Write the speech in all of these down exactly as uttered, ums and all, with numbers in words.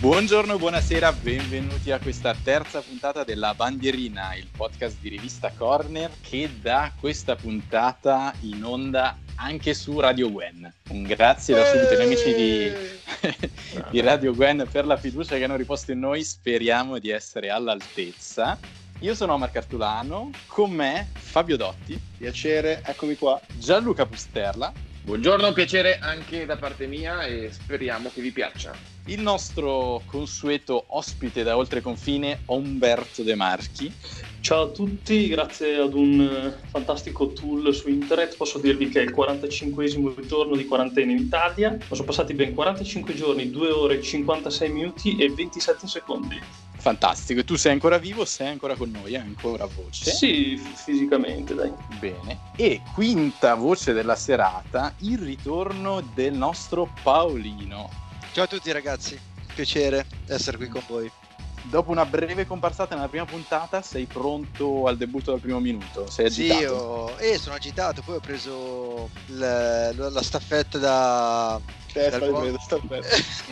Buongiorno, buonasera, benvenuti a questa terza puntata della Bandierina, il podcast di rivista Corner che dà questa puntata in onda anche su Radio Gwen. Un grazie da subito agli amici di, di Radio Gwen per la fiducia che hanno riposto in noi, speriamo di essere all'altezza. Io sono Omar Cartulano, con me Fabio Dotti. Piacere, eccomi qua. Gianluca Pusterla. Buongiorno, piacere anche da parte mia e speriamo che vi piaccia. Il nostro consueto ospite da oltreconfine, Umberto De Marchi. Ciao a tutti, grazie ad un fantastico tool su internet posso dirvi che è il quarantacinquesimo giorno di quarantena in Italia. Sono passati ben quarantacinque giorni, due ore, cinquantasei minuti e ventisette secondi. Fantastico, e tu sei ancora vivo, sei ancora con noi, hai ancora voce? Sì, fisicamente, dai. Bene. E quinta voce della serata, il ritorno del nostro Paolino. Ciao a tutti ragazzi, piacere essere qui con voi. Dopo una breve comparsata nella prima puntata, sei pronto al debutto dal primo minuto? Sei agitato? Sì, io eh, sono agitato, poi ho preso l- la staffetta da... Eh, dal fai buon- preso staffetta.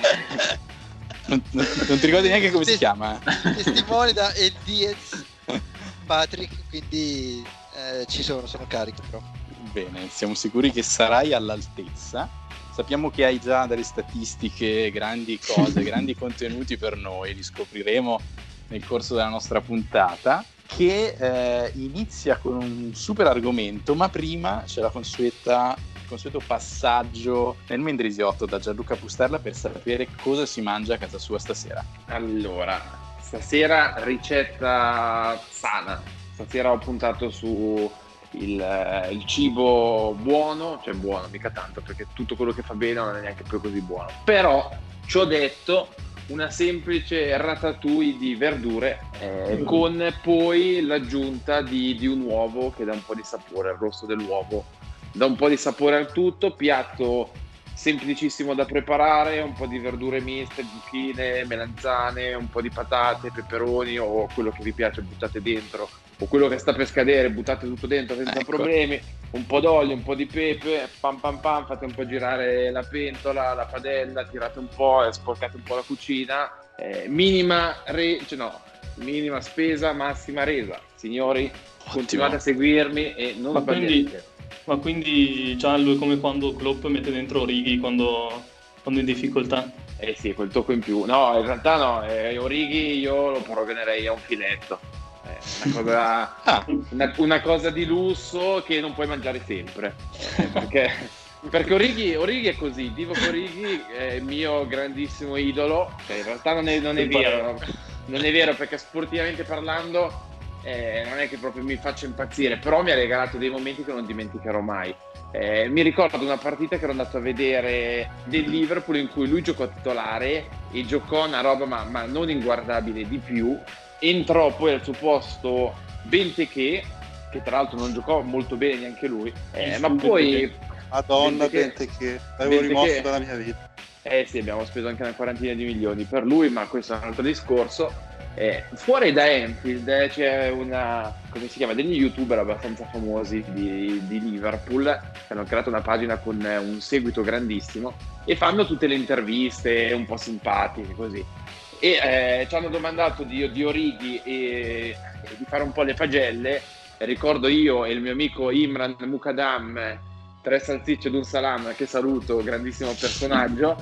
Non, non, non ti ricordi neanche come si Tes- chiama? Testimoni da El Diez Patrick, quindi eh, ci sono, sono carico però. Bene, siamo sicuri che sarai all'altezza. Sappiamo che hai già delle statistiche, grandi cose, grandi contenuti per noi, li scopriremo nel corso della nostra puntata, che eh, inizia con un super argomento, ma prima c'è la consueta, il consueto passaggio nel Mendrisiotto da Gianluca Pusterla per sapere cosa si mangia a casa sua stasera. Allora, stasera ricetta sana. Stasera ho puntato su il, il cibo buono, cioè buono, mica tanto, perché tutto quello che fa bene non è neanche poi così buono. Però, ci ho detto, una semplice ratatouille di verdure eh, mm. con poi l'aggiunta di, di un uovo che dà un po' di sapore, il rosso dell'uovo dà un po' di sapore al tutto. Piatto semplicissimo da preparare, un po' di verdure miste, zucchine, melanzane, un po' di patate, peperoni o quello che vi piace buttate dentro, o quello che sta per scadere buttate tutto dentro senza Ecco. problemi, un po' d'olio, un po' di pepe, pam pam pam, fate un po' girare la pentola, la padella, tirate un po' e sporcate un po' la cucina, eh, minima re- cioè no, minima spesa, massima resa. Signori, Ottimo. Continuate a seguirmi e non Ma sbagliate. quindi, ma quindi Gianlu è come quando Klopp mette dentro Origi quando, quando è in difficoltà? Eh sì, quel tocco in più. No, in realtà no, eh, Origi io lo paragonerei a un filetto. È una cosa, Ah. una, una cosa di lusso che non puoi mangiare sempre. Eh, perché, perché Origi, Origi è così, Divock Origi è il mio grandissimo idolo. Cioè, in realtà non è, non è vero, non è vero perché sportivamente parlando eh, non è che proprio mi faccia impazzire, però mi ha regalato dei momenti che non dimenticherò mai. Eh, mi ricordo una partita che ero andato a vedere del Liverpool in cui lui giocò titolare e giocò una roba ma, ma non inguardabile di più. Entrò poi al suo posto Benteke, che tra l'altro non giocò molto bene neanche lui, eh, ma poi Madonna, Benteke, Benteke, l'avevo Benteke- rimosso dalla mia vita. eh sì, abbiamo speso anche una quarantina di milioni per lui, ma questo è un altro discorso. Eh, fuori da Anfield eh, c'è una, come si chiama, degli youtuber abbastanza famosi di, di Liverpool che hanno creato una pagina con eh, un seguito grandissimo e fanno tutte le interviste un po' simpatiche così. E eh, ci hanno domandato di, di Origi e, e di fare un po' le pagelle. Ricordo io e il mio amico Imran Mukadam, tre salsicce ed un salam, che saluto, grandissimo personaggio,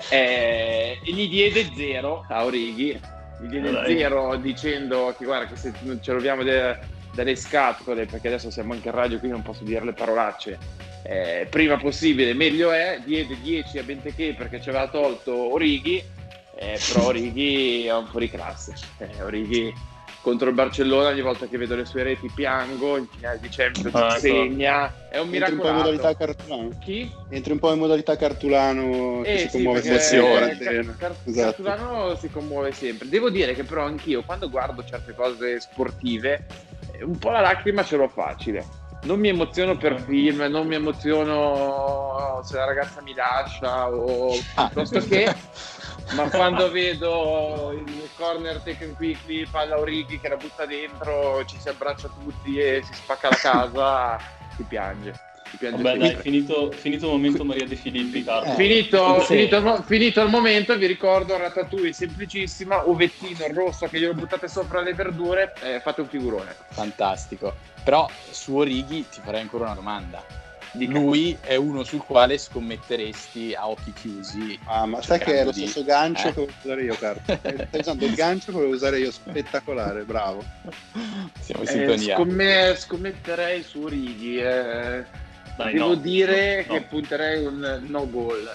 eh, e gli diede zero a Origi, gli diede Dai. zero dicendo che guarda che se non ci roviamo de- dalle scatole, perché adesso siamo anche in radio quindi non posso dire le parolacce, eh, prima possibile meglio è. Diede dieci a Benteke perché ci aveva tolto Origi, eh, però Origi è un fuori classe. eh, Origi contro il Barcellona ogni volta che vedo le sue reti piango, in finale di Champions Ah, ecco. segna, è un Entri un po' in modalità miracolato. Cartulano. Chi? Entri un po' in modalità Cartulano che Eh si sì, commuove perché sempre in emozioni. quarantena. Car- Car- Esatto. Cartulano si commuove sempre. Devo dire che però anch'io quando guardo certe cose sportive eh, un po' la lacrima ce l'ho facile. Non mi emoziono per film, non mi emoziono se la ragazza mi lascia o piuttosto che, ma quando vedo il corner taken quickly, palla Origi che la butta dentro, ci si abbraccia tutti e si spacca la casa, si piange. Si piange Vabbè, dai, sempre. finito, finito il momento Maria De Filippi, Carlo. Eh, Finito, sì. finito, il mo- finito il momento, vi ricordo Ratatouille semplicissima, ovettino rosso che glielo buttate sopra le verdure, eh, fate un figurone. Fantastico. Però su Orighi ti farei ancora una domanda. Dica. Lui è uno sul quale scommetteresti a occhi chiusi. Ah, ma sai che è lo cercando di- stesso gancio eh? che volevo usare io, Carlo. Stai usando il gancio che volevo usare io, spettacolare, bravo. Siamo in Eh, sintonia. scomme- scommetterei su Righi. eh. Dai, Devo no. dire No. che punterei un no goal.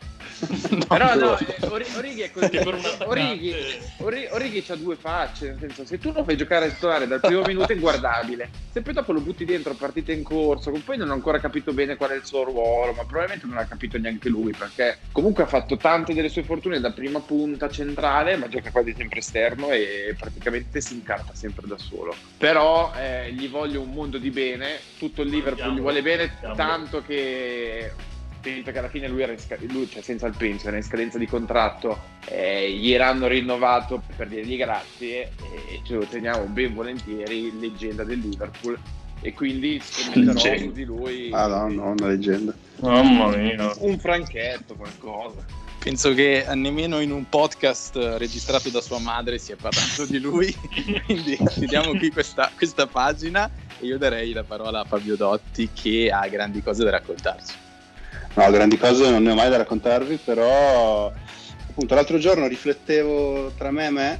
No, Però no, no. eh, Ori- Orighi è così. Perché per un attaccante- Orighi, Ori- Orighi c'ha due facce, nel senso, se tu lo fai giocare a titolare dal primo minuto è inguardabile, se poi dopo lo butti dentro partita in corso, poi non ho ancora capito bene qual è il suo ruolo, ma probabilmente non ha capito neanche lui, perché comunque ha fatto tante delle sue fortune da prima punta centrale, ma gioca quasi sempre esterno e praticamente si incarta sempre da solo. Però eh, gli voglio un mondo di bene, tutto il Liverpool gli vuole bene, tanto che penso che alla fine lui era in sca- lui, cioè senza il penso, era in scadenza di contratto, eh, gli hanno rinnovato per dirgli grazie e ce lo teniamo ben volentieri, leggenda del Liverpool, e quindi scommetterò Leggenda. su di lui. Ah no, no, una leggenda. Mamma mia. Un franchetto, qualcosa. Penso che nemmeno in un podcast registrato da sua madre si è parlato di lui, quindi chiudiamo qui questa, questa pagina e io darei la parola a Fabio Dotti che ha grandi cose da raccontarci. No, grandi cose non ne ho mai da raccontarvi, però appunto l'altro giorno riflettevo tra me e me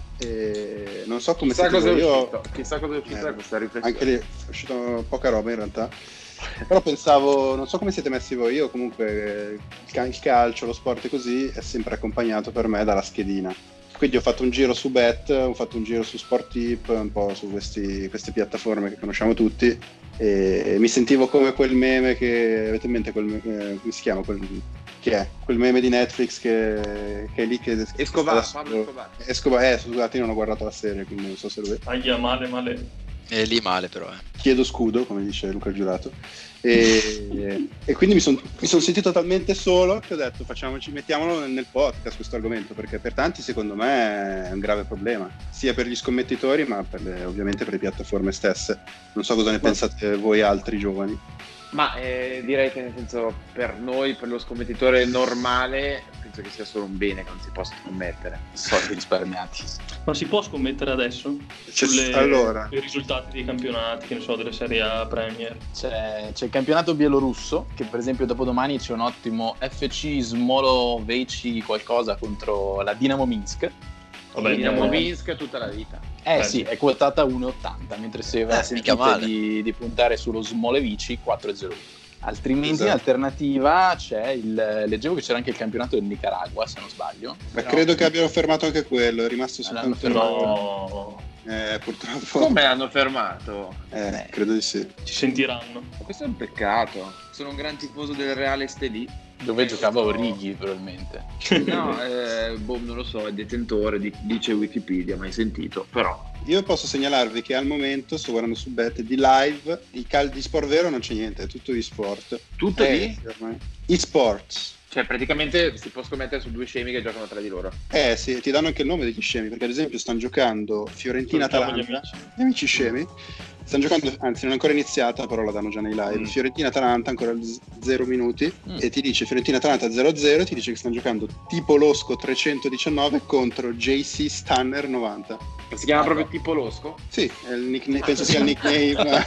e non so come Chissà siete cosa è voi, io uscito, chissà cosa è uscito Eh, da questa riflessione. anche lì è uscito poca roba in realtà, però pensavo, non so come siete messi voi, io comunque eh, il ca- il calcio, lo sport e così è sempre accompagnato per me dalla schedina. Quindi ho fatto un giro su Bet, ho fatto un giro su Sporttip, un po' su questi, queste piattaforme che conosciamo tutti, e mi sentivo come quel meme che avete in mente, quel, me- eh, come si chiama? Quel, che è? Quel meme di Netflix che, che è lì che... che Escobar, sta da Pablo solo. Escobar. Escobar, eh, scusate, io non ho guardato la serie, quindi non so se lo vedo. Aia, male, male. È lì male però, eh. Chiedo scudo, come dice Luca Giurato, e, e quindi mi sono mi son sentito talmente solo che ho detto facciamoci, mettiamolo nel, nel podcast questo argomento, perché per tanti secondo me è un grave problema, sia per gli scommettitori ma per le- ovviamente per le piattaforme stesse. Non so cosa ne pensate voi altri giovani. Ma eh, direi che nel senso per noi, per lo scommettitore normale, penso che sia solo un bene che non si possa scommettere. Soldi risparmiati. Ma si può scommettere adesso? C'è- Sulle- allora. sui risultati dei campionati, che ne so, delle Serie A, Premier. C'è, c'è il campionato bielorusso, che per esempio dopodomani c'è un ottimo F C Smolo Veci qualcosa contro la Dinamo Minsk. Vabbè, Dinamo eh, Minsk tutta la vita. Eh Eh, sì, sì. è quotata uno virgola ottanta, mentre se Eh, va mica sentite male. di, di puntare sullo Smolevici quattro virgola zero uno. Altrimenti Esatto. in alternativa c'è il... leggevo che c'era anche il campionato del Nicaragua, se non sbaglio. Ma Però- credo che abbiano fermato anche quello, è rimasto L'hanno soltanto No, eh, purtroppo. Come l'hanno fermato? Eh, credo di sì. ci sentiranno. Ma questo è un peccato. Sono un gran tifoso del Real Estelì. dove giocava Orighi probabilmente. No, eh, boh, non lo so, è detentore, di- dice Wikipedia, mai sentito, però. Io posso segnalarvi che al momento sto guardando su Bet di live, il cal- di sport vero non c'è niente, è tutto di sport. Tutto Eh, lì? ormai. E-sports. Cioè, praticamente si può scommettere su due scemi che giocano tra di loro. Eh sì, ti danno anche il nome degli scemi, perché ad esempio stanno giocando Fiorentina-Atalanta. Salutiamo gli amici. Gli amici scemi. Stanno giocando, anzi non è ancora iniziata, però la danno già nei live. Mm. Fiorentina-Atalanta ancora zero minuti Mm. e ti dice Fiorentina-Atalanta zero a zero, ti dice che stanno giocando tipo Losco trecentodiciannove contro J C Stanner novanta. Si chiama Ah, proprio no. tipo Losco? Sì, è il nickname- penso sia il nickname.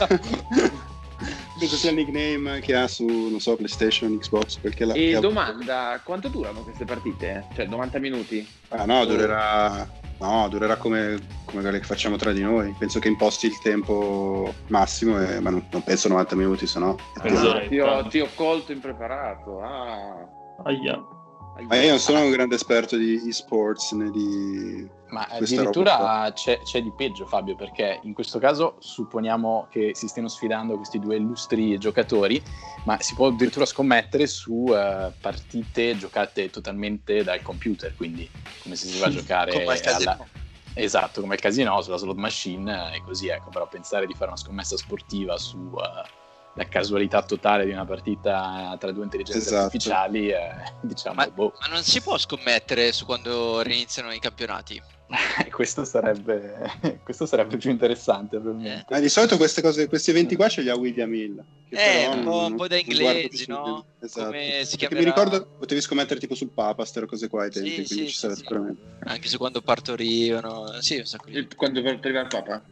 penso sia il nickname che ha su, non so, PlayStation, Xbox, perché la E che ha- domanda, quanto durano queste partite? Cioè, novanta minuti? Ah no, durerà no, durerà come, come quelle che facciamo tra di noi. Penso che imposti il tempo massimo, e- ma non, non penso novanta minuti, se no. Esatto. Ah, ti, ho, ti ho colto impreparato. Ah. Aia. Ma io non sono un grande esperto di esports né di Ma questa roba addirittura c'è, c'è di peggio, Fabio, perché in questo caso supponiamo che si stiano sfidando questi due illustri giocatori, ma si può addirittura scommettere su eh, partite giocate totalmente dal computer, quindi come se si va a giocare Come al casino. alla... Esatto, come al casino, sulla slot machine e così, ecco. Però pensare di fare una scommessa sportiva su eh, la casualità totale di una partita tra due intelligenze Esatto. artificiali, eh, diciamo, Ma, boh. ma non si può scommettere su quando riniziano i campionati? questo sarebbe questo sarebbe più interessante probabilmente. Eh, di solito queste cose, questi eventi qua ce li ha William Hill. Eh, un po', un po' da inglesi, no? Esatto. Come si Perché chiamerà... mi ricordo, potevi scommettere tipo sul Papa, ste cose qua ai tempi, Sì, quindi sì, ci sarà sì, sicuramente. anche su quando partorivano, sì, un sacco di... Il- Quando partiva il Papa?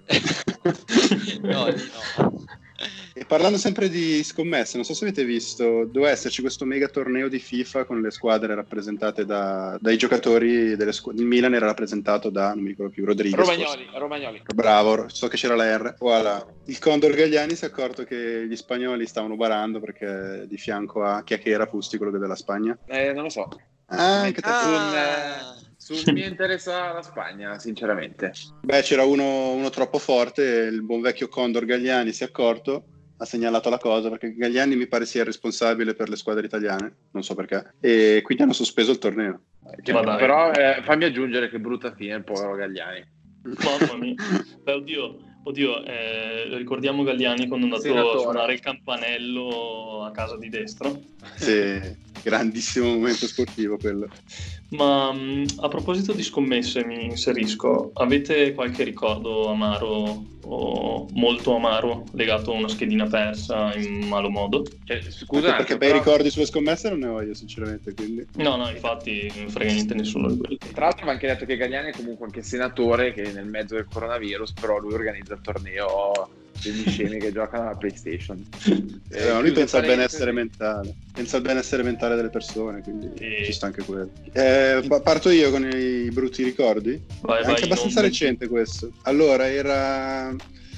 no, no. E parlando sempre di scommesse, non so se avete visto, doveva esserci questo mega torneo di FIFA con le squadre rappresentate da, dai giocatori delle squadre. Il Milan era rappresentato da, non mi ricordo più, Rodriguez. Romagnoli, forse. Romagnoli. Bravo, so che c'era la R. Voilà. Il Condor Gagliani si è accorto che gli spagnoli stavano barando perché di fianco a chi è che era Pusti, quello della Spagna. Eh, non lo so. Ah, anche te. Ah. Su, eh, su mi interessa la Spagna, sinceramente. Beh, c'era uno, uno troppo forte, il buon vecchio Condor Gagliani si è accorto, ha segnalato la cosa, perché Gagliani mi pare sia il responsabile per le squadre italiane, non so perché, e quindi hanno sospeso il torneo. Che- Ma dai. però eh, fammi aggiungere che brutta fine il povero Gagliani. Mamma mia. Beh, oddio, oddio eh, ricordiamo Galliani quando è andato Senatore. a suonare il campanello a casa di Destro. Sì, grandissimo momento sportivo quello. Ma mh, a proposito di scommesse, mi inserisco. Avete qualche ricordo amaro o molto amaro legato a una schedina persa in malo modo? Cioè, Anche scusa, perché bei ricordi sulle scommesse non ne ho io sinceramente, quindi... No, no, infatti non frega niente nessuno di quelli. Tra l'altro mi ha anche detto che Gagliani è comunque anche senatore, che nel mezzo del coronavirus, però lui organizza il torneo degli scemi che giocano alla PlayStation. Eh, no, lui pensa al benessere mentale, pensa al benessere mentale delle persone, quindi Sì. ci sta anche quello. Eh, pa- parto io con i brutti ricordi. Vai, È vai, anche abbastanza non- recente questo. Allora, era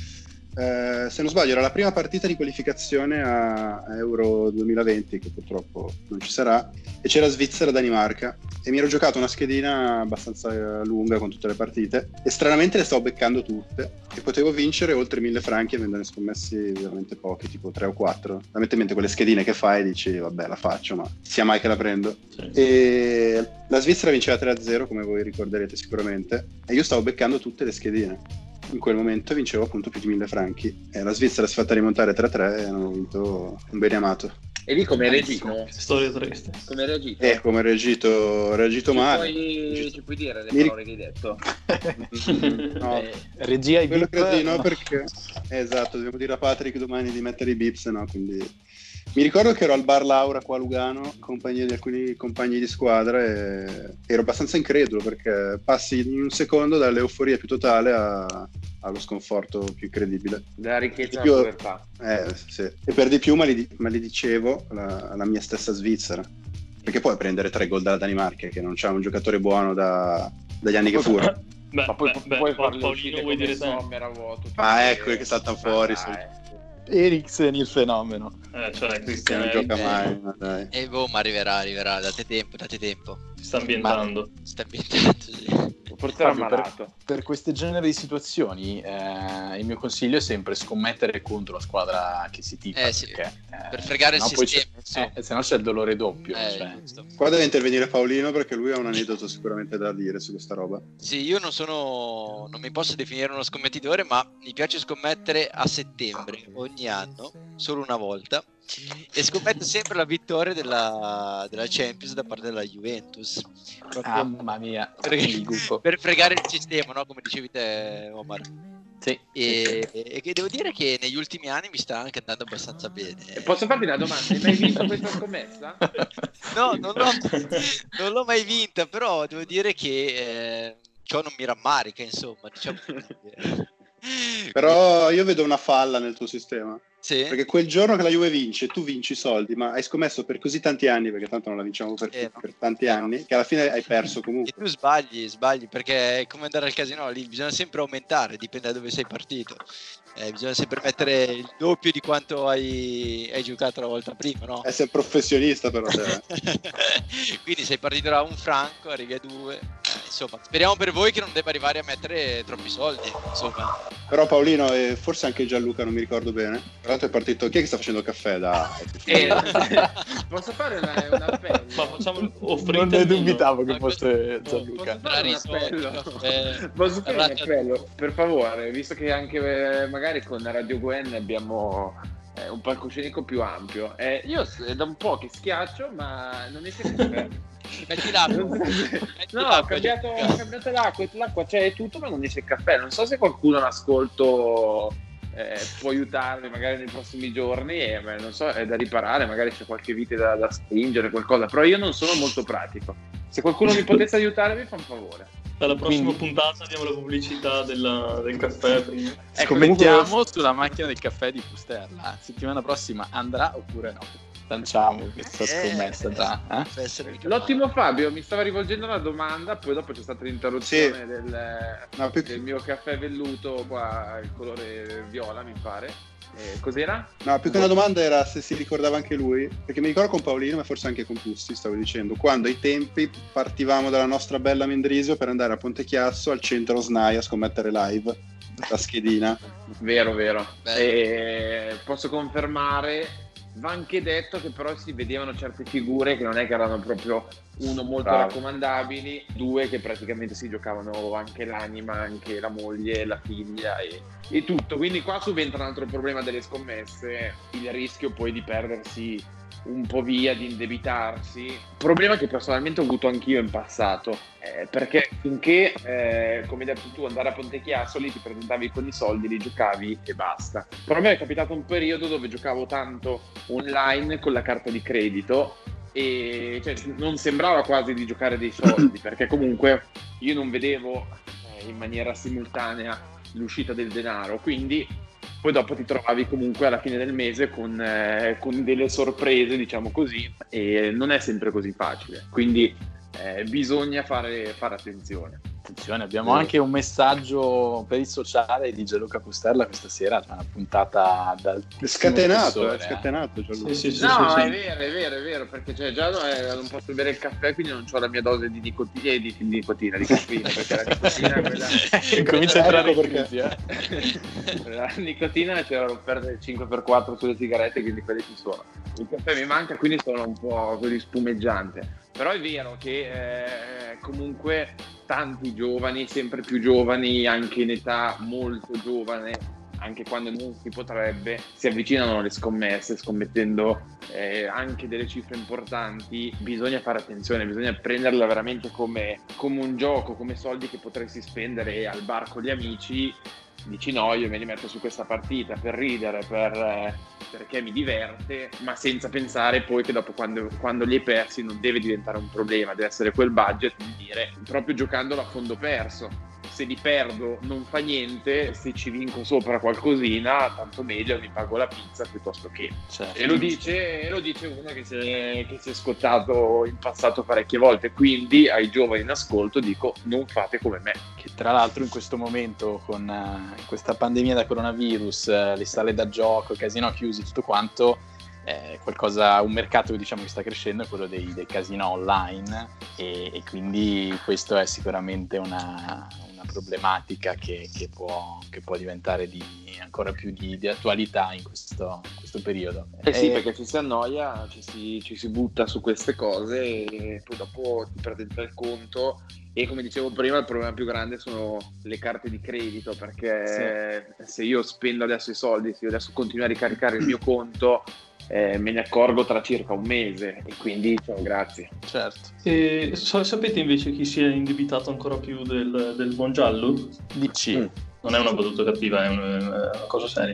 eh, se non sbaglio, era la prima partita di qualificazione a a Euro duemilaventi, che purtroppo non ci sarà, e c'era Svizzera-Danimarca. E mi ero giocato una schedina abbastanza eh, lunga con tutte le partite, e stranamente le stavo beccando tutte, e potevo vincere oltre mille franchi avendone scommessi veramente pochi, tipo tre o quattro. La metti in mente quelle schedine che fai e dici, vabbè, la faccio, ma sia mai che la prendo. Sì. E la Svizzera vinceva tre a zero, come voi ricorderete sicuramente, e io stavo beccando tutte le schedine. In quel momento vincevo appunto più di mille franchi, e la Svizzera si è fatta rimontare tre a tre e hanno vinto un bene amato. E lì come hai reagito? Storia triste. Come hai reagito? E come ho reagito, ho reagito ci, male. puoi, ci puoi dire le Mi ri- parole che hai detto? No, Eh, regia i quello beep, credo di no, no. perché esatto, dobbiamo dire a Patrick domani di mettere i beeps, no? Quindi mi ricordo che ero al bar Laura qua a Lugano, in compagnia di alcuni compagni di squadra, e ero abbastanza incredulo perché passi in un secondo dall'euforia più totale a- allo sconforto più incredibile. Della ricchezza e Io- della povertà. Eh, sì. E per di più maledi- maledicevo la, la mia stessa Svizzera, perché puoi prendere tre gol dalla Danimarca, che non c'ha un giocatore buono da- dagli anni che furono. Beh, Ma poi beh, puoi beh, farle Paolino, uscire vuoi come dire te? Sommer a vuoto. Ah, ecco che saltano fuori, Ma sì. dai. Eriksen il fenomeno. Eh, cioè, Che Cristiano non gioca eh, mai, ma dai. E boh, ma arriverà, arriverà, date tempo, date tempo. si sta ambientando. Sta ambientando, sì. Forse era Fabio, per, malato. per questo genere di situazioni eh, il mio consiglio è sempre scommettere contro la squadra che si tifa, Eh, sì. perché, eh, Per fregare il no, poi sistema, c'è- insomma. eh, se no c'è il dolore doppio. Eh, cioè. giusto. Qua deve intervenire Paolino perché lui ha un aneddoto sicuramente da dire su questa roba. Sì, io non sono, non mi posso definire uno scommettitore, ma mi piace scommettere a settembre ogni anno, solo una volta, e scommetto sempre la vittoria della, della Champions da parte della Juventus. Proprio Mamma mia, Perché- il gufo. per fregare il sistema, no? Come dicevi te, Omar. Sì, E, e che devo dire che negli ultimi anni mi sta anche andando abbastanza bene. E posso farti una domanda? Hai mai vinto questa scommessa? No, non l'ho, non l'ho mai vinta, però devo dire che eh, ciò non mi rammarica, insomma, diciamo così. Però io vedo una falla nel tuo sistema, Sì. perché quel giorno che la Juve vince tu vinci i soldi, ma hai scommesso per così tanti anni, perché tanto non la vinciamo per, Eh, no. per tanti Eh, no. anni, che alla fine hai perso E comunque. tu sbagli, sbagli, perché è come andare al casino, lì bisogna sempre aumentare, dipende da dove sei partito. Eh, bisogna sempre mettere il doppio di quanto hai, hai giocato la volta prima, no? Essere professionista però te. Quindi sei partito da un franco, arrivi a due. Eh, insomma, speriamo per voi che non debba arrivare a mettere troppi soldi. Insomma, Però Paolino e forse anche Gianluca, non mi ricordo bene, tra l'altro è partito, chi è che sta facendo il caffè? Da... Eh, posso fare una- un appello? Ma facciamo offrite non ne il vino. dubitavo che Ma fosse Posso Gianluca. fare un Rari appello? soldi, caffè, Posso fare un rata- appello? Per favore, visto che anche eh, magari con Radio Gwen abbiamo eh, un palcoscenico più ampio. Eh, io è da un po' che schiaccio, ma non esce caffè. Metti l'acqua. No, ho cambiato, ho cambiato l'acqua, l'acqua c'è tutto, ma non esce il caffè. Non so se qualcuno all'ascolto eh, può aiutarmi magari nei prossimi giorni, e beh, non so, è da riparare, magari c'è qualche vite da, da stringere, qualcosa, però io non sono molto pratico. Se qualcuno mi potesse aiutare, vi fa un favore. Alla prossima Quindi... puntata diamo la pubblicità della, del caffè prima. Ecco, scommettiamo sulla macchina del caffè di Pusterla. La settimana prossima andrà oppure no? Lanciamo questa scommessa già. Eh? L'ottimo Fabio mi stava rivolgendo una domanda, poi dopo c'è stata l'interruzione sì. del, no, più... del mio caffè velluto qua, il colore viola mi pare. Eh, cos'era? No, più che una domanda era se si ricordava anche lui, perché mi ricordo con Paolino, ma forse anche con Pusti, stavo dicendo, quando ai tempi partivamo dalla nostra bella Mendrisio per andare a Ponte Chiasso al centro S N A I a scommettere live la schedina. Vero, vero. E posso confermare, va anche detto che però si vedevano certe figure che non è che erano proprio, uno, molto Bravo. raccomandabili, due che praticamente si giocavano anche l'anima, anche la moglie, la figlia e, e tutto. Quindi qua subentra un altro problema delle scommesse, il rischio poi di perdersi un po' via, di indebitarsi, problema che personalmente ho avuto anch'io in passato, eh, perché finché eh, come hai detto tu, andare a Ponte Chiasso, lì ti presentavi con i soldi, li giocavi e basta. Però a me è capitato un periodo dove giocavo tanto online con la carta di credito e cioè, non sembrava quasi di giocare dei soldi, perché comunque io non vedevo eh, in maniera simultanea l'uscita del denaro, quindi poi dopo ti trovavi comunque alla fine del mese con, eh, con delle sorprese, diciamo così, e non è sempre così facile, quindi eh, bisogna fare, fare attenzione. Attenzione, abbiamo anche un messaggio per il sociale di Gianluca Pusterla questa sera, c'è una puntata dal scatenato, è scatenato Gianluca. Sì, sì, sì, no, sì, è sì. vero, è vero, è vero, perché cioè, già eh, non posso bere il caffè, quindi non ho la mia dose di nicotina, di, di nicotina, di caffeina, perché la nicotina quella... comincia a entrare in crisi, eh. La nicotina c'era per cinque per quattro sulle sigarette, quindi quelle ci sono. Il caffè mi manca, quindi sono un po' così spumeggiante. Però è vero che eh, comunque tanti giovani, sempre più giovani, anche in età molto giovane, anche quando non si potrebbe, si avvicinano alle scommesse, scommettendo eh, anche delle cifre importanti. Bisogna fare attenzione, bisogna prenderla veramente come, come un gioco, come soldi che potresti spendere al bar con gli amici. Dici no, io me li metto su questa partita per ridere, per, eh, perché mi diverte, ma senza pensare poi che dopo quando, quando li hai persi non deve diventare un problema, deve essere quel budget di dire proprio giocandolo a fondo perso. Se li perdo non fa niente, se ci vinco sopra qualcosina tanto meglio, mi pago la pizza piuttosto che certo. e, lo dice, e lo dice uno che si, è, che si è scottato in passato parecchie volte, quindi ai giovani in ascolto dico non fate come me. Che tra l'altro in questo momento con uh, questa pandemia da coronavirus, uh, le sale da gioco, i casino chiusi, tutto quanto, eh, qualcosa, un mercato diciamo che sta crescendo è quello dei, dei casino online e, e quindi questo è sicuramente una, una problematica che, che, può, che può diventare di, ancora più di, di attualità in questo, in questo periodo. Eh sì, e... perché ci si annoia, ci si, ci si butta su queste cose e poi dopo ti perdete il conto. E come dicevo prima, il problema più grande sono le carte di credito, perché sì. se io spendo adesso i soldi, se io adesso continuo a ricaricare il mio conto, eh, me ne accorgo tra circa un mese e quindi ciao, grazie. Certo. E sapete invece chi si è indebitato ancora più del, del buon Giallo? D C. Mm. Non è una battuta cattiva, è una, una cosa seria.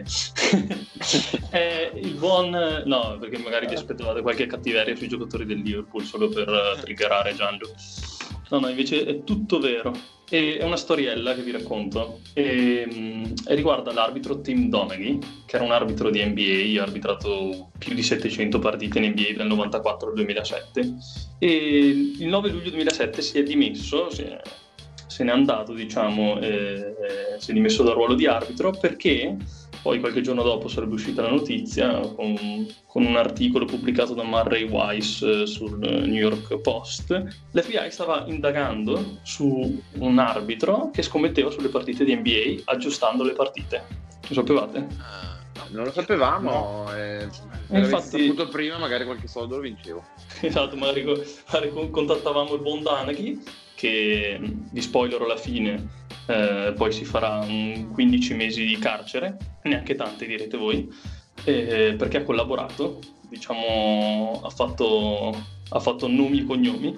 È il buon... No, perché magari vi aspettavate qualche cattiveria sui giocatori del Liverpool solo per uh, triggerare Gianlu. No, no, invece è tutto vero. E è una storiella che vi racconto e, mh, e riguarda l'arbitro Tim Donaghy, che era un arbitro di N B A, ha arbitrato più di settecento partite in N B A dal novantaquattro al duemilasette e il nove luglio duemilasette si è dimesso, si è, se n'è andato, diciamo, eh, eh, si è dimesso dal ruolo di arbitro perché poi qualche giorno dopo sarebbe uscita la notizia con, con un articolo pubblicato da Murray Weiss eh, sul New York Post. L'F B I stava indagando su un arbitro che scommetteva sulle partite di N B A aggiustando le partite. Lo sapevate? Uh, non lo sapevamo, no. eh, e infatti saputo prima magari qualche soldo lo vincevo. Esatto, magari, magari contattavamo il buon Donaghy, che vi spoilerò alla fine, eh, poi si farà un quindici mesi di carcere, neanche tante direte voi, eh, perché ha collaborato, diciamo, ha fatto, ha fatto nomi e cognomi,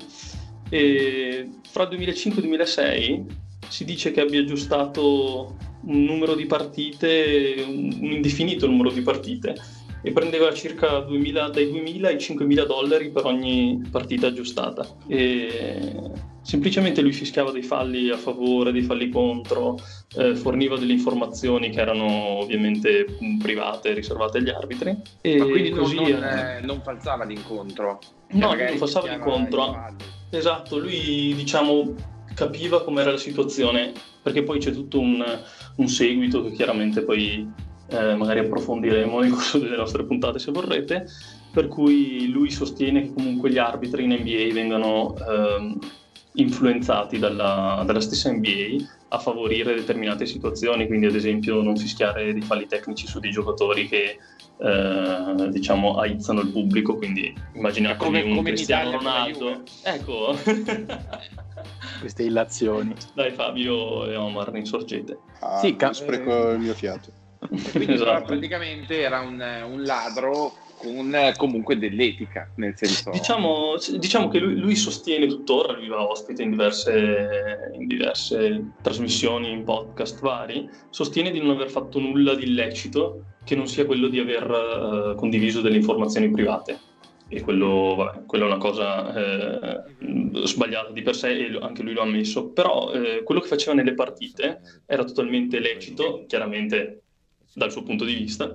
e fra duemilacinque e duemilasei si dice che abbia aggiustato un numero di partite, un, un indefinito numero di partite, e prendeva circa duemila, dai duemila ai cinquemila dollari per ogni partita aggiustata. E semplicemente lui fischiava dei falli a favore, dei falli contro, eh, forniva delle informazioni che erano ovviamente private, riservate agli arbitri. E ma quindi così non, non, eh, eh, non falsava l'incontro? no, non falsava l'incontro. Esatto, lui diciamo capiva com'era la situazione, perché poi c'è tutto un, un seguito che chiaramente poi Eh, magari approfondiremo nel corso delle nostre puntate se vorrete, per cui lui sostiene che comunque gli arbitri in N B A vengano ehm, influenzati dalla, dalla stessa N B A a favorire determinate situazioni, quindi ad esempio non fischiare dei falli tecnici su dei giocatori che eh, diciamo aizzano il pubblico, quindi immaginatevi come, un come Cristiano in Italia, Ronaldo, ecco. Queste illazioni. Dai Fabio e Omar, insorgete. Ah, Sì, ca- spreco il mio fiato. Quindi Esatto. praticamente era un, un ladro con comunque dell'etica, nel senso... Diciamo, diciamo che lui, lui sostiene tuttora, lui va ospite in diverse, in diverse trasmissioni, in podcast vari, sostiene di non aver fatto nulla di illecito che non sia quello di aver uh, condiviso delle informazioni private. E quello, vabbè, quello è una cosa eh, sbagliata di per sé, e anche lui lo ha ammesso, però eh, quello che faceva nelle partite era totalmente lecito, chiaramente dal suo punto di vista,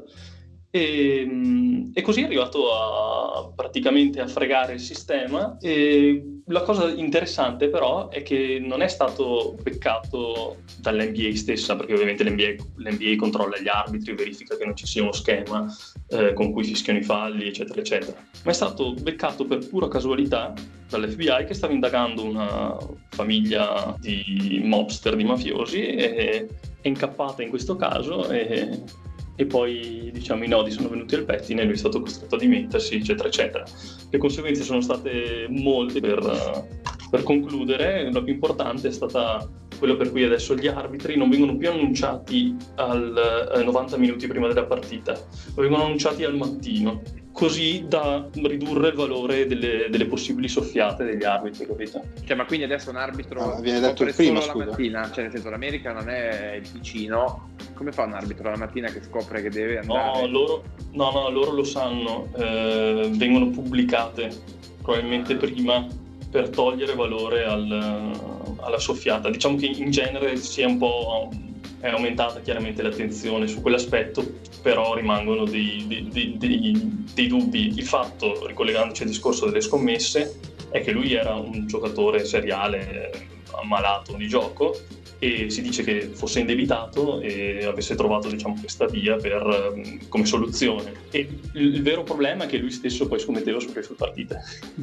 e, e così è arrivato a praticamente a fregare il sistema. E la cosa interessante però è che non è stato beccato dall'N B A stessa, perché ovviamente l'N B A, l'N B A controlla gli arbitri, verifica che non ci sia uno schema eh, con cui fischiano i falli, eccetera eccetera, ma è stato beccato per pura casualità dall'F B I, che stava indagando una famiglia di mobster, di mafiosi, e è incappata in questo caso, e, e poi diciamo i nodi sono venuti al pettine e lui è stato costretto a dimettersi, eccetera eccetera. Le conseguenze sono state molte. Per, per concludere, la più importante è stata quello per cui adesso gli arbitri non vengono più annunciati al eh, novanta minuti prima della partita, ma vengono annunciati al mattino, così da ridurre il valore delle, delle possibili soffiate degli arbitri, capito? Cioè, ma quindi adesso un arbitro ah, viene detto scopre prima, solo scusa. la mattina? Cioè, nel senso, l'America non è il vicino. Come fa un arbitro la mattina che scopre che deve andare? No, loro, no, no, loro lo sanno, eh, vengono pubblicate probabilmente prima per togliere valore al, alla soffiata. Diciamo che in genere si è un po' è aumentata chiaramente l'attenzione su quell'aspetto, però rimangono dei, dei, dei, dei, dei dubbi. Il fatto, ricollegandoci al discorso delle scommesse, è che lui era un giocatore seriale, ammalato di gioco, e si dice che fosse indebitato e avesse trovato, diciamo, questa via per, come soluzione. E il, il vero problema è che lui stesso poi scommetteva sulle sue partite.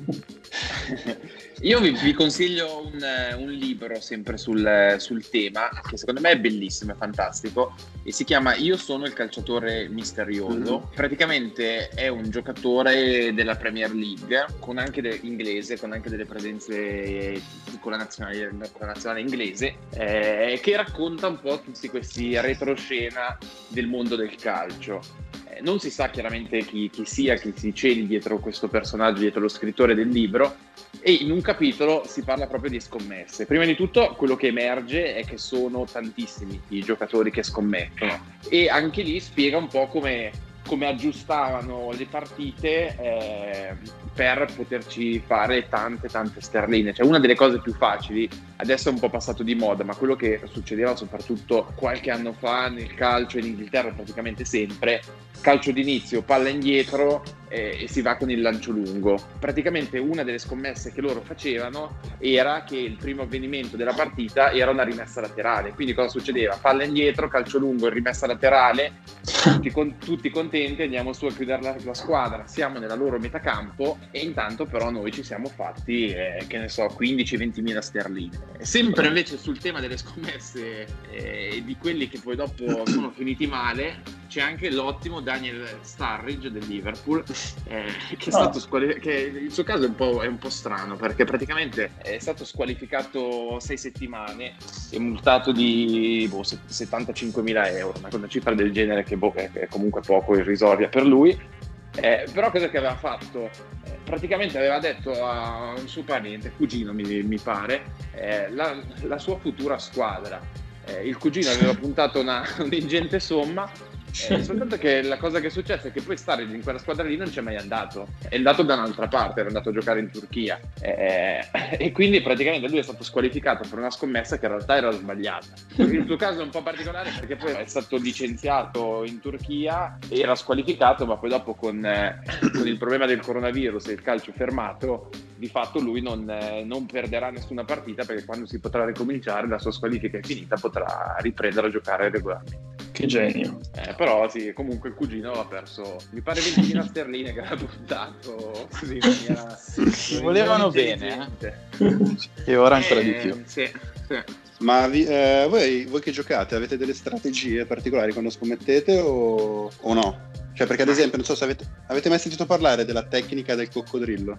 Io vi, vi consiglio un, un libro sempre sul, sul tema, che secondo me è bellissimo, è fantastico, e si chiama Io sono il calciatore misterioso. Mm. Praticamente è un giocatore della Premier League, con anche de, inglese, con anche delle presenze con la nazionale, con la nazionale inglese, eh, che racconta un po' tutti questi retroscena del mondo del calcio. Eh, non si sa chiaramente chi, chi sia, chi si celi dietro questo personaggio, dietro lo scrittore del libro, e in un capitolo si parla proprio di scommesse. Prima di tutto quello che emerge è che sono tantissimi i giocatori che scommettono, e anche lì spiega un po' come, come aggiustavano le partite eh, per poterci fare tante tante sterline. Cioè, una delle cose più facili, adesso è un po' passato di moda, ma quello che succedeva soprattutto qualche anno fa nel calcio in Inghilterra praticamente sempre: calcio d'inizio, palla indietro eh, e si va con il lancio lungo. Praticamente una delle scommesse che loro facevano era che il primo avvenimento della partita era una rimessa laterale. Quindi cosa succedeva? Palla indietro, calcio lungo e rimessa laterale, tutti, con, tutti contenti, andiamo su a chiudere la, la squadra, siamo nella loro metacampo, e intanto però noi ci siamo fatti, eh, che ne so, quindici ventimila sterline. Sempre invece sul tema delle scommesse e eh, di quelli che poi dopo sono finiti male, c'è anche l'ottimo Daniel Sturridge del Liverpool, eh, che è stato squali- che il suo caso è un po', è un po' strano, perché praticamente è stato squalificato sei settimane e multato di boh, settantacinquemila euro, una, una cifra del genere che, boh, è, è comunque poco irrisoria per lui. Eh, però cosa che aveva fatto? Eh, praticamente aveva detto a un suo parente, cugino mi, mi pare, eh, la, la sua futura squadra. Eh, il cugino aveva puntato una, un'ingente somma, eh, soltanto che la cosa che è successa è che poi Sturridge in quella squadra lì non c'è mai andato, è andato da un'altra parte, era andato a giocare in Turchia, eh, e quindi praticamente lui è stato squalificato per una scommessa che in realtà era sbagliata. Il suo caso è un po' particolare perché poi è stato licenziato in Turchia, era squalificato, ma poi dopo con, eh, con il problema del coronavirus e il calcio fermato, di fatto lui non, eh, non perderà nessuna partita, perché quando si potrà ricominciare la sua squalifica è finita, potrà riprendere a giocare regolarmente. Che genio. Eh, però sì, comunque il cugino ha perso, mi pare ventimila sterline che aveva puntato così in maniera, si volevano bene, eh? E ora ancora eh, di più. Sì, sì. Ma vi, eh, voi, voi che giocate avete delle strategie particolari quando scommettete o, o no? Cioè, perché ad esempio, non so se avete, avete mai sentito parlare della tecnica del coccodrillo?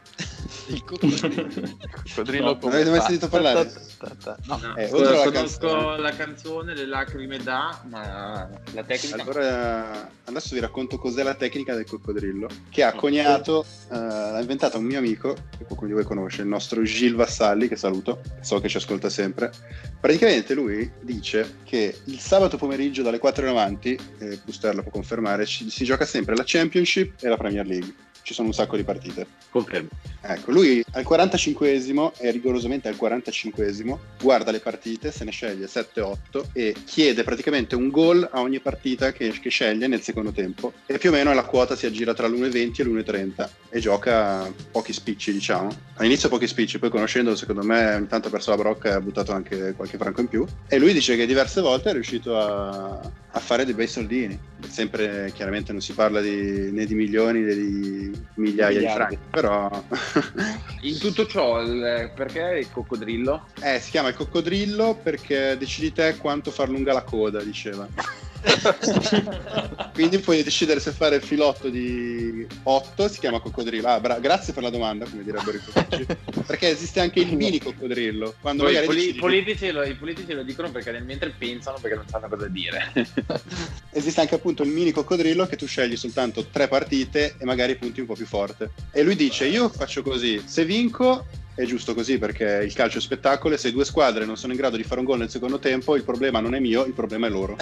Il coccodrillo. Coccodrillo No, non avete mai sentito parlare? No. No, Eh, oltre alla conosco canzone. la canzone Le lacrime da, ma la tecnica Allora, adesso vi racconto cos'è la tecnica del coccodrillo, che ha coniato, eh, l'ha inventata un mio amico, che qualcuno di voi conosce, il nostro Gil Vassalli, che saluto, so che ci ascolta sempre. Praticamente lui dice che il sabato pomeriggio dalle quattro in avanti, eh, Pusterla può confermare, ci, si gioca sempre la Championship e la Premier League. Ci sono un sacco di partite. Confermo. Ecco, lui al quarantacinquesimo, e rigorosamente al quarantacinquesimo, guarda le partite, se ne sceglie sette otto e chiede praticamente un gol a ogni partita che, che sceglie nel secondo tempo, e più o meno la quota si aggira tra l'uno e venti e l'uno e trenta e gioca pochi spicci, diciamo. All'inizio pochi spicci, poi conoscendolo secondo me ogni tanto ha perso la brocca e ha buttato anche qualche franco in più, e lui dice che diverse volte è riuscito a, a fare dei bei soldini. Sempre chiaramente non si parla di, né di milioni né di migliaia di franchi, però In tutto ciò, il, perché il coccodrillo? eh, si chiama il coccodrillo perché decidi te quanto far lunga la coda, diceva. Quindi puoi decidere se fare il filotto di otto, si chiama coccodrillo. Ah, bra- grazie per la domanda, come direbbero i politici. Perché esiste anche il mini coccodrillo. Quando Poi, magari poli- decidi- politici lo, I politici lo dicono perché nel mentre pensano, perché non sanno cosa dire. esiste anche appunto il mini coccodrillo che tu scegli soltanto tre partite e magari punti un po' più forte. E lui dice: io faccio così, se vinco è giusto così perché il calcio è spettacolo, e se due squadre non sono in grado di fare un gol nel secondo tempo, il problema non è mio, il problema è loro.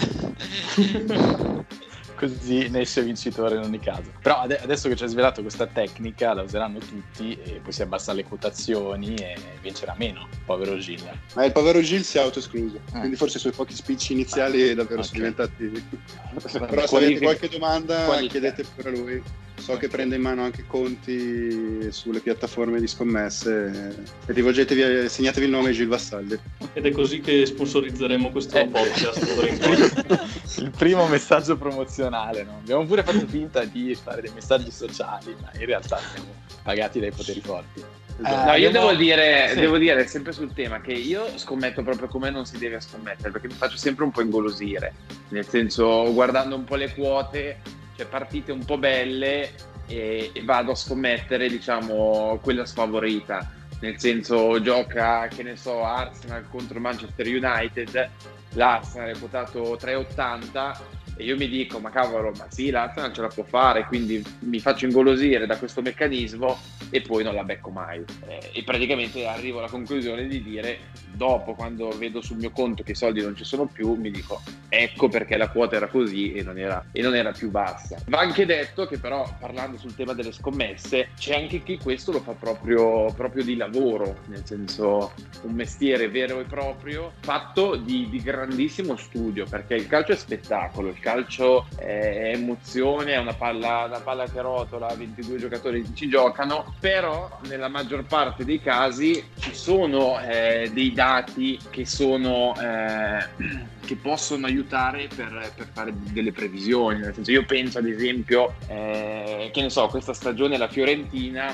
Così ne esce vincitore in ogni caso. Però ade- adesso che ci hai svelato questa tecnica, la useranno tutti e poi si abbassano le quotazioni e vincerà meno, povero Gil. Ma il povero Gil si è autoescluso, Eh. quindi forse i suoi pochi spicci iniziali davvero Ok. sono diventati. Però se Qualifica- avete qualche domanda qualifica. chiedete pure a lui. So che prende in mano anche conti sulle piattaforme di scommesse, e rivolgetevi, segnatevi il nome Gil Vassalli. Ed è così che sponsorizzeremo questo Eh. podcast d'ora in poi. Il primo messaggio promozionale, no? Abbiamo pure fatto finta di fare dei messaggi sociali, ma in realtà siamo pagati dai poteri forti. No, io abbiamo- devo dire, Sì. devo dire sempre sul tema che io scommetto proprio come non si deve scommettere, perché mi faccio sempre un po' ingolosire, nel senso, guardando un po' le quote, cioè partite un po' belle e, e vado a scommettere, diciamo, quella sfavorita, nel senso, gioca, che ne so, Arsenal contro Manchester United, l'Arsenal è quotato tre virgola ottanta e io mi dico, ma cavolo, ma sì, l'Arsenal ce la può fare, quindi mi faccio ingolosire da questo meccanismo e poi non la becco mai. Eh, e praticamente arrivo alla conclusione di dire, dopo, quando vedo sul mio conto che i soldi non ci sono più, mi dico, ecco perché la quota era così e non era, e non era più bassa. Va anche detto che però, parlando sul tema delle scommesse, c'è anche chi questo lo fa proprio, proprio di lavoro, nel senso un mestiere vero e proprio, fatto di, di grandissimo studio, perché il calcio è spettacolo, il calcio è emozione, è una palla, una palla che rotola, ventidue giocatori ci giocano, però nella maggior parte dei casi ci sono eh, dei dati che sono eh, che possono aiutare per, per fare delle previsioni. Nel senso, io penso ad esempio eh, che ne so, questa stagione la Fiorentina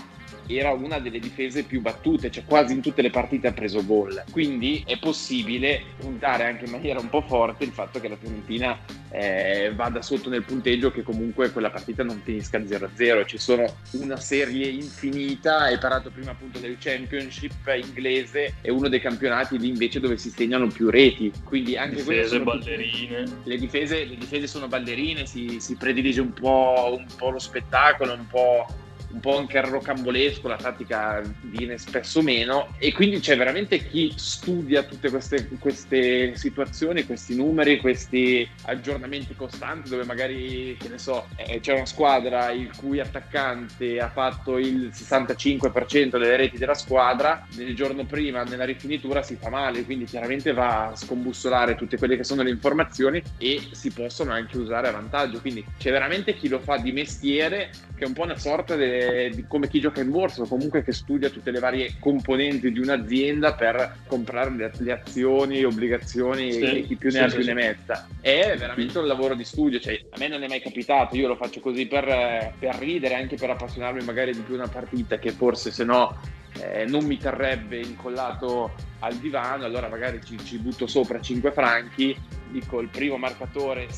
era una delle difese più battute, cioè quasi in tutte le partite ha preso gol, quindi è possibile puntare anche in maniera un po' forte il fatto che la Fiorentina eh, vada sotto nel punteggio, che comunque quella partita non finisca zero a zero. Ci sono una serie infinita, hai parlato prima appunto del Championship inglese, è uno dei campionati lì invece dove si segnano più reti, quindi anche difese sono ballerine, le difese, le difese sono ballerine, si, si predilige un po', un po' lo spettacolo, un po' un po' anche il rocambolesco, la tattica viene spesso meno, e quindi c'è veramente chi studia tutte queste, queste situazioni, questi numeri, questi aggiornamenti costanti, dove magari, che ne so, eh, c'è una squadra il cui attaccante ha fatto il sessantacinque per cento delle reti della squadra, il giorno prima nella rifinitura si fa male, quindi chiaramente va a scombussolare tutte quelle che sono le informazioni e si possono anche usare a vantaggio. Quindi c'è veramente chi lo fa di mestiere, che è un po' una sorta di Di come chi gioca in borsa, o comunque che studia tutte le varie componenti di un'azienda per comprare le, le azioni, obbligazioni, sì, e chi più ne sì, ha più sì, ne metta. È veramente un lavoro di studio, cioè a me non è mai capitato, io lo faccio così per, per ridere, anche per appassionarmi magari di più una partita che forse se no eh, non mi terrebbe incollato al divano, allora magari ci, ci butto sopra cinque franchi, dico il primo marcatore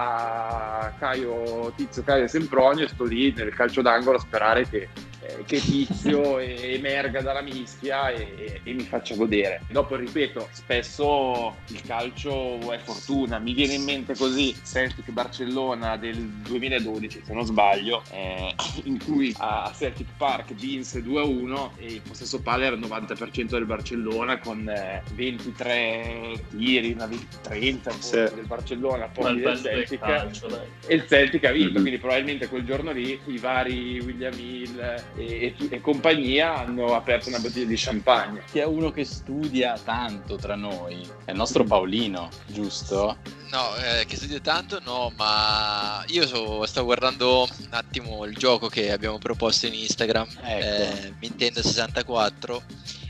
sarà Caio, Tizio Caio Sempronio, e sto lì nel calcio d'angolo a sperare che, eh, che Tizio emerga dalla mischia e, e, e mi faccia godere. Dopo ripeto, spesso il calcio è fortuna, mi viene in mente così Celtic Barcellona del duemiladodici se non sbaglio, eh, in cui a Celtic Park vinse due a uno e il possesso palla era il novanta per cento del Barcellona, con eh, ventitré tiri, una trenta sì, del Barcellona, poi del Celtic, calcio, e il Celtic ha vinto. Mm-hmm. Quindi probabilmente quel giorno lì i vari William Hill e, e, e compagnia hanno aperto una bottiglia di champagne. Chi è uno che studia tanto tra noi è il nostro Paolino, giusto? No, eh, che studio tanto no, ma io so, sto guardando un attimo il gioco che abbiamo proposto in Instagram, ecco. eh, Nintendo sessantaquattro.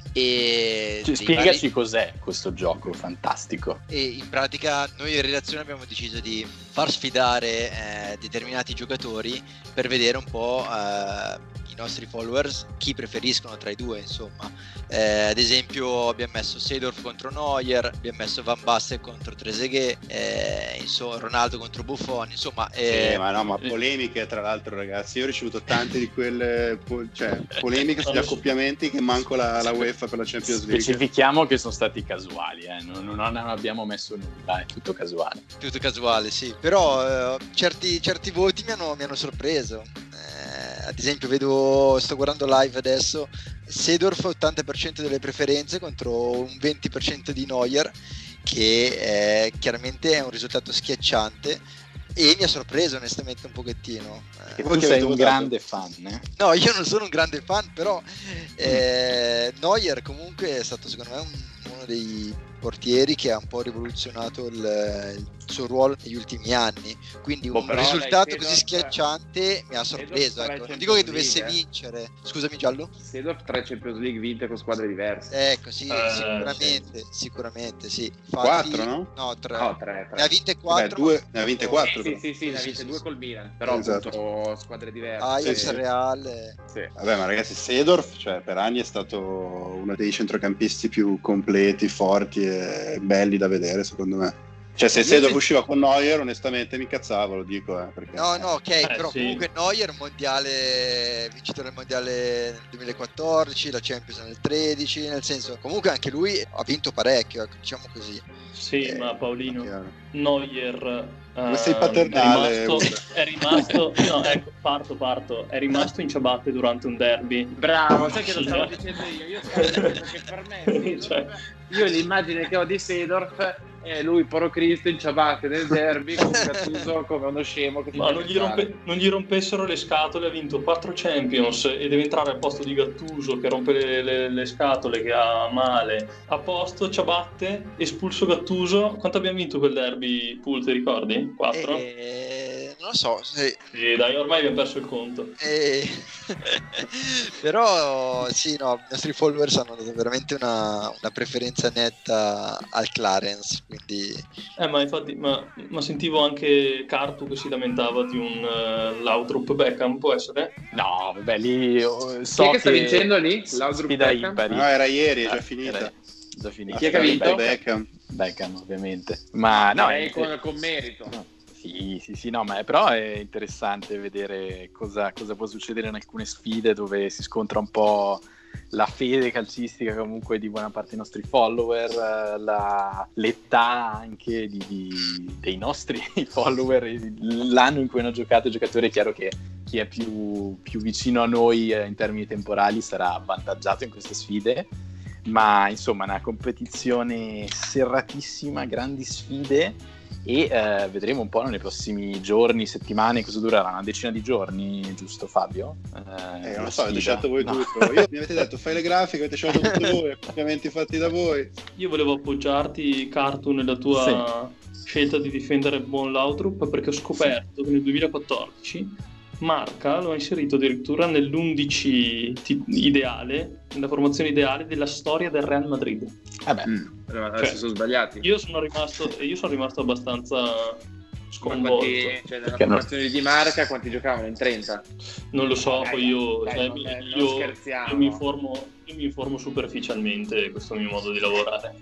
E cioè, spiegaci vari... cos'è questo gioco fantastico. E in pratica noi in redazione abbiamo deciso di far sfidare eh, determinati giocatori per vedere un po' eh, i nostri followers chi preferiscono tra i due, insomma. Eh, ad esempio abbiamo messo Seedorf contro Neuer, abbiamo messo Van Basten contro Trezeguet, eh, insomma, Ronaldo contro Buffon, insomma eh... sì, ma no, ma polemiche tra l'altro, ragazzi, io ho ricevuto tante di quelle po- cioè polemiche sugli accoppiamenti che manco la, la UEFA per la Champions League. Specifichiamo che sono stati casuali, eh? non, non abbiamo messo nulla, è tutto casuale. Tutto casuale, sì, però eh, certi, certi voti mi hanno, mi hanno sorpreso. Eh, ad esempio vedo, sto guardando live adesso, Seedorf ottanta per cento delle preferenze contro un venti per cento di Neuer, che è, chiaramente è un risultato schiacciante. E mi ha sorpreso onestamente un pochettino. E tu sei un grande fan, eh? No, io non sono un grande fan, però eh, Neuer comunque è stato secondo me un, uno dei portieri che ha un po' rivoluzionato il, il suo ruolo negli ultimi anni, quindi un oh, risultato così schiacciante mi ha sorpreso, ecco. Non dico che dovesse League, vincere. Scusami Giallo? Seedorf tre Champions League vinte con squadre diverse. Ecco, sì, uh, sicuramente, sì. sicuramente sì. Infatti, quattro, no? No, tre. No, tre, tre. Ne ha vinte quattro. Beh, due, ne ha vinte quattro. Sì, sì, sì, ne ha vinte due col Milan, però esatto, appunto squadre diverse. Ajax, sì, sì. Real. Sì. Vabbè, ma ragazzi, Seedorf, cioè, per anni è stato uno dei centrocampisti più completi, forti e belli da vedere, secondo me. Cioè, se Seedorf usciva con Neuer, onestamente mi incazzavo, lo dico, eh, perché... No, no, ok, eh, però sì. comunque Neuer mondiale, vincitore del mondiale nel duemilaquattordici, la Champions nel tredici, nel senso, comunque anche lui ha vinto parecchio, ecco, diciamo così. Sì, eh, ma Paolino, Neuer uh, sei paternale, è rimasto, è rimasto no, ecco, parto, parto, è rimasto in ciabatte durante un derby. Bravo, sai che lo stavo dicendo io, io stavo dicendo che per me Seedorf, cioè... io l'immagine che ho di Seedorf è lui, Poro Cristo, in ciabatte nel derby con Gattuso come uno scemo che ma non gli, rompe, non gli rompessero le scatole, ha vinto quattro Champions e deve entrare al posto di Gattuso che rompe le, le, le scatole, che ha male, a posto, ciabatte, espulso Gattuso. Quanto abbiamo vinto quel derby, Pool, ti ricordi? quattro? Eh, non lo so se... Sì, dai, ormai abbiamo perso il conto. Eh... Però sì, no, i nostri followers hanno dato veramente una, una preferenza netta al Clarence, quindi... Eh, ma infatti, ma, ma sentivo anche Cartu che si lamentava di un uh, Laudrup Beckham, può essere? No, vabbè, lì oh, so Chi è che sta che vincendo lì? Laudrup sfida Beckham? impari. No, era ieri, è già Eh, finita. era già finita. Chi è che ha vinto? Beckham. Beckham, ovviamente. Ma no, Direi è- con, con merito. no, Sì, sì, sì, no, ma però è interessante vedere cosa, cosa può succedere in alcune sfide dove si scontra un po' la fede calcistica comunque di buona parte dei nostri follower, eh, la, l'età anche di, di- dei nostri follower, l'anno in cui hanno giocato i giocatori. È chiaro che chi è più, più vicino a noi eh, in termini temporali sarà avvantaggiato in queste sfide, ma insomma una competizione serratissima, grandi sfide. E eh, vedremo un po' nei prossimi giorni, settimane, cosa durerà? Una decina di giorni, giusto Fabio? Eh, Eh, non la lo so, avete sfida? scelto voi No. tutto. Io mi avete detto fai le grafiche, avete scelto tutto voi, ovviamente fatti da voi. Io volevo appoggiarti, Cartu, nella tua scelta di difendere il buon Laudrup, perché ho scoperto che nel duemilaquattordici Marca lo ha inserito addirittura nell'undici ti- ideale, nella formazione ideale della storia del Real Madrid. Vabbè, Mm. Allora, adesso Cioè, sono sbagliati. Io sono rimasto, io sono rimasto abbastanza Ma sconvolto. quanti, cioè, nella Perché no? formazione di Marca quanti giocavano? In trenta? Non lo so, Dai, poi io, dai, cioè, non- mi- non io, scherziamo. io mi informo, io mi informo superficialmente, questo è il mio modo di lavorare.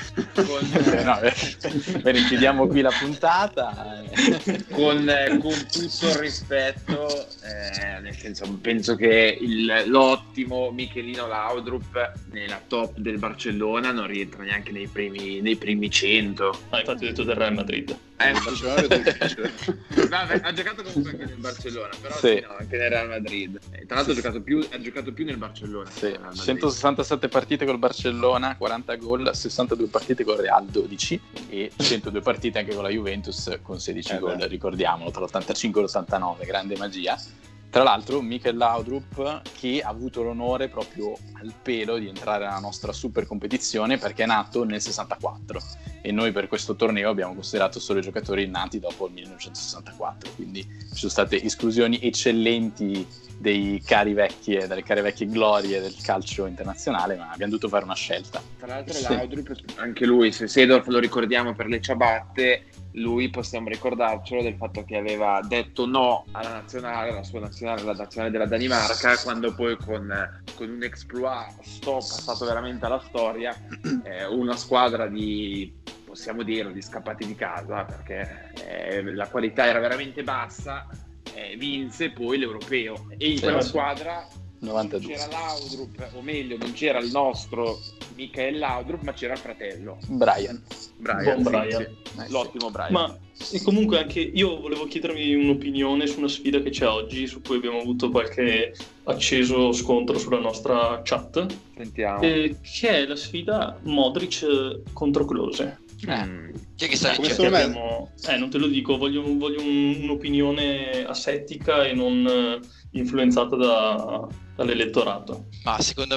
Con, eh, no, beh, bene, chiudiamo qui la puntata. eh. con, eh, con tutto il rispetto, eh, nel senso, penso che il- l'ottimo Michelino Laudrup nella top del Barcellona non rientra neanche nei primi, nei primi cento. Ah, infatti ho detto del Real Madrid. Eh, Il Barcellona è difficile. Vabbè, ha giocato comunque anche nel Barcellona, però Sì. sì, no, anche nel Real Madrid. Eh, tra l'altro ha giocato più, ha giocato più nel Barcellona. che Sì, nel Real Madrid. centosessantasette partite col Barcellona, quaranta gol, sessantadue partite col Real, dodici, e centodue partite anche con la Juventus con sedici Eh gol, beh. ricordiamolo, tra l'ottantacinque e l'ottantanove, grande magia. Tra l'altro Mikel Laudrup, che ha avuto l'onore proprio al pelo di entrare nella nostra super competizione perché è nato nel sessantaquattro e noi per questo torneo abbiamo considerato solo i giocatori nati dopo il millenovecentosessantaquattro, quindi ci sono state esclusioni eccellenti dei cari vecchi e delle care vecchie glorie del calcio internazionale, ma abbiamo dovuto fare una scelta. Tra l'altro Sì. Laudrup, anche lui, se Seedorf lo ricordiamo per le ciabatte, lui possiamo ricordarcelo del fatto che aveva detto no alla nazionale, la sua nazionale, la nazionale della Danimarca, quando poi con, con un exploit sto passato veramente alla storia, eh, una squadra di, possiamo dire, di scappati di casa, perché eh, la qualità era veramente bassa, eh, vinse poi l'europeo e in Sì, quella sì. squadra novantadue. non c'era Laudrup, o meglio non c'era il nostro Michael Laudrup, ma c'era il fratello Brian. Brian, Buon sì, Brian. sì. Eh, L'ottimo Brian. Ma e comunque anche io volevo chiedervi un'opinione su una sfida che c'è oggi, su cui abbiamo avuto qualche acceso scontro sulla nostra chat, Sentiamo. eh, che è la sfida Modric contro Klose. Mm. Chi è che sta Come vincendo? sono me- Abbiamo- eh, non te lo dico, voglio, voglio un- un'opinione asettica e non eh, influenzata da- dall'elettorato. Ma secondo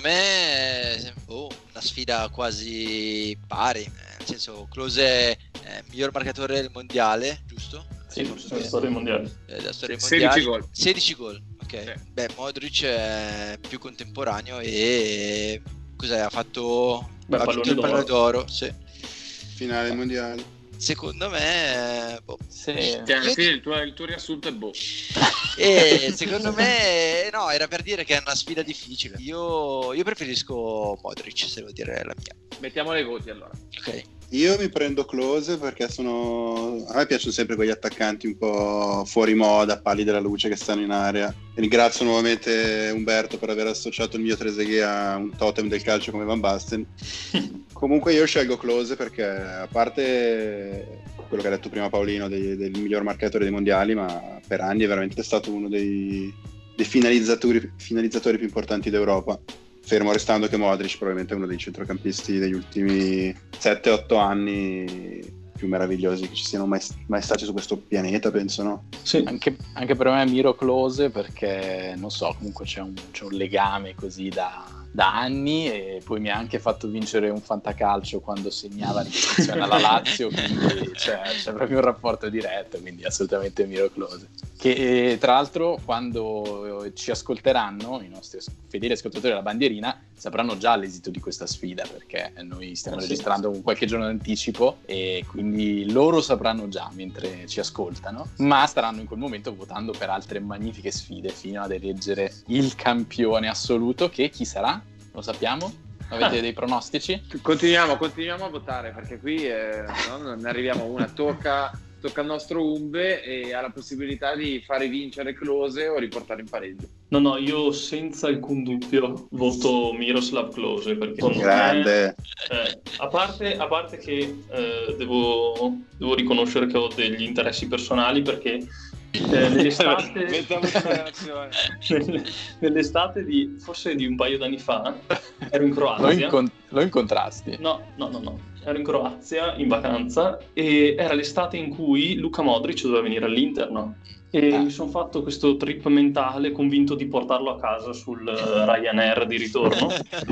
me è oh, una sfida quasi pari, eh, nel senso Klose è il miglior marcatore del mondiale, giusto? Sì, Posso nella dire? storia mondiale. Eh, della storia sedici mondiale. gol. sedici gol, ok. Sì. Beh, Modric è più contemporaneo e cos'è? Ha fatto Beh, ha vinto pallone il pallone d'oro. d'oro, sì. Finale mondiale. Secondo me boh. Sì. Cioè, Io- sì, il, tuo, il tuo riassunto è boh. E secondo me no, era per dire che è una sfida difficile. Io, io preferisco Modric, se devo dire la mia. Mettiamo le voti allora. Ok. Io mi prendo Klose perché sono... a me piacciono sempre quegli attaccanti un po' fuori moda, pali della luce che stanno in area. Ringrazio nuovamente Umberto per aver associato il mio Trezeguet a un totem del calcio come Van Basten. Comunque io scelgo Klose perché, a parte quello che ha detto prima Paolino dei- del miglior marcatore dei mondiali, ma per anni è veramente stato uno dei, dei finalizzatori, finalizzatori più importanti d'Europa. Fermo restando che Modric probabilmente è uno dei centrocampisti degli ultimi sette otto anni più meravigliosi che ci siano mai, mai stati su questo pianeta, penso, no? Sì. Anche, anche per me è Miro Klose perché, non so, comunque c'è un, c'è un legame così da, da anni, e poi mi ha anche fatto vincere un fantacalcio quando segnava l'iscrizione alla Lazio, quindi c'è, c'è proprio un rapporto diretto, quindi assolutamente Miro Klose, che tra l'altro quando ci ascolteranno i nostri fedeli ascoltatori della bandierina sapranno già l'esito di questa sfida, perché noi stiamo eh sì, registrando con qualche giorno d'anticipo e quindi loro sapranno già mentre ci ascoltano, ma staranno in quel momento votando per altre magnifiche sfide fino ad eleggere il campione assoluto, che chi sarà? Lo sappiamo? Avete dei pronostici? Continuiamo, continuiamo a votare, perché qui eh, no, non ne arriviamo a una. Tocca, tocca al nostro Umbe e ha la possibilità di fare vincere Klose o riportare in pareggio. No, no, io senza alcun dubbio voto Miroslav Klose, perché secondo Grande. me, eh, a, parte, a parte che eh, devo, devo riconoscere che ho degli interessi personali, perché Eh, nell'estate, nell- nell'estate di forse di un paio d'anni fa ero in Croazia. Lo, incont- lo incontrasti? No, no, no, no. Ero in Croazia in vacanza e era l'estate in cui Luka Modric doveva venire all'Inter, no? E Ah. mi sono fatto questo trip mentale convinto di portarlo a casa sul uh, Ryanair di ritorno.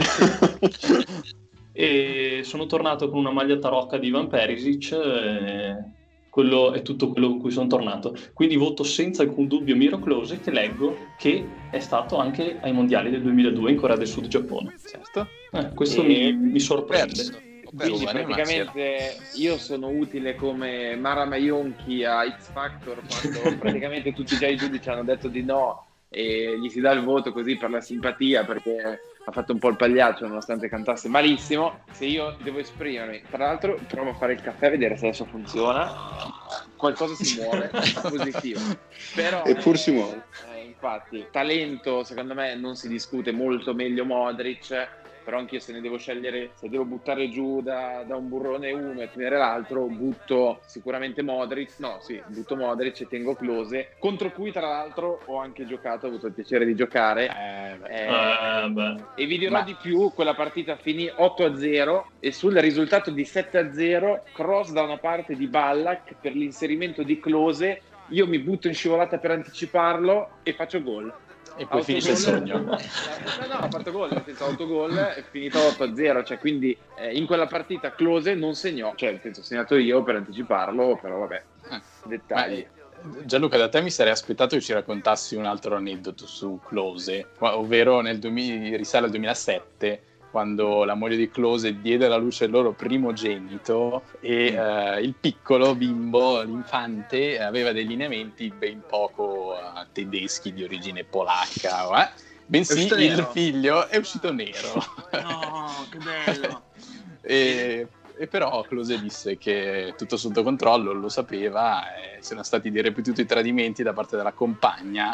E sono tornato con una maglia tarocca di Ivan Perisic. E... quello è tutto quello con cui sono tornato, quindi voto senza alcun dubbio Miro Klose, che leggo che è stato anche ai mondiali del duemiladue in Corea del Sud Giappone. Certo. Eh, questo E- mi, mi sorprende. Perso. Ho Quindi perso. Giovane, praticamente io sono utile come Mara Maionchi a X Factor, quando praticamente tutti già i giudici hanno detto di no e gli si dà il voto così per la simpatia, perché ha fatto un po' il pagliaccio nonostante cantasse malissimo. Se io devo esprimermi, tra l'altro provo a fare il caffè a vedere se adesso funziona, qualcosa si muove, positivo, però Eppur si muove. eh, infatti talento secondo me non si discute, molto meglio Modric, però anch'io se ne devo scegliere, se devo buttare giù da, da un burrone uno e tenere l'altro, butto sicuramente Modric, no sì, butto Modric e tengo Klose, contro cui tra l'altro ho anche giocato, ho avuto il piacere di giocare. Eh, beh. Eh, Eh, beh. e vi dirò Ma- di più, quella partita finì otto a zero e sul risultato di sette a zero, cross da una parte di Ballack per l'inserimento di Klose, io mi butto in scivolata per anticiparlo e faccio gol. E poi finisce il sogno. No, no, ha fatto gol, nel senso autogol, è finito otto a zero, cioè quindi eh, in quella partita Klose non segnò, cioè nel senso ho segnato io per anticiparlo, però vabbè, Eh. dettagli. Ma, Gianluca, da te mi sarei aspettato che ci raccontassi un altro aneddoto su Klose, ovvero nel duemila, risale al duemilasette, quando la moglie di Klose diede alla luce il loro primogenito e eh, il piccolo bimbo, l'infante, aveva dei lineamenti ben poco eh, tedeschi di origine polacca, eh? bensì uscito il nero. figlio è uscito nero. No, che bello! e, e però Klose disse che tutto sotto controllo, lo sapeva, e sono stati dei ripetuti tradimenti da parte della compagna,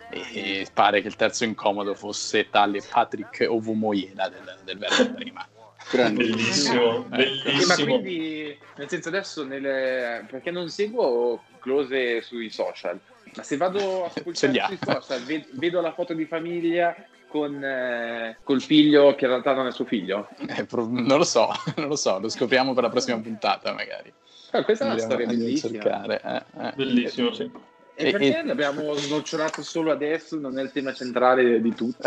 e pare che il terzo incomodo fosse tale Patrick Ovumoyela del, del Werder Brema. Bellissimo, Eh, Sì, ma bellissimo. quindi, nel senso adesso, nelle... perché non seguo Klose sui social, ma se vado a Ce spulciare li ha. sui social, ve- vedo la foto di famiglia con eh, col figlio che in realtà non è suo figlio. Eh, pro- non lo so, non lo so, lo scopriamo per la prossima puntata magari. Ah, questa è una Andiamo- storia andiamo a bellissima. cercare, eh, eh. Bellissimo, sì. E E- perché e- l'abbiamo snocciolato solo adesso? Non è il tema centrale di tutto.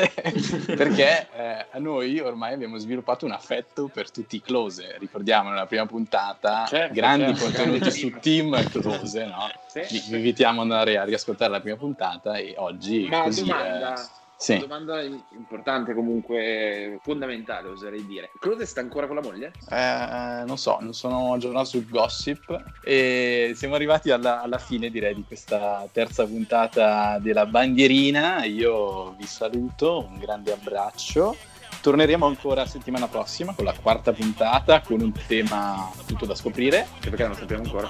Perché eh, a noi ormai abbiamo sviluppato un affetto per tutti i Klose. Ricordiamo nella prima puntata Certo, grandi certo, contenuti grande su team. Team Klose, no? Sì, Vi, sì. vi invitiamo ad andare a riascoltare la prima puntata e oggi Ma così domanda, eh, sì. domanda importante, comunque fondamentale, oserei dire. Klose sta ancora con la moglie? Eh, non so, non sono aggiornato sul gossip e siamo arrivati alla, alla fine, direi, di questa terza puntata della bandierina. Io vi saluto, un grande abbraccio. Torneremo ancora settimana prossima con la quarta puntata, con un tema tutto da scoprire. Che perché non lo sappiamo ancora.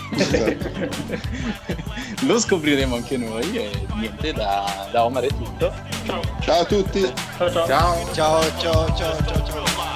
Lo scopriremo anche noi e niente, da, da Omar è tutto. Ciao. Ciao a tutti. Ciao, ciao. Ciao! Ciao, ciao, ciao, ciao, ciao.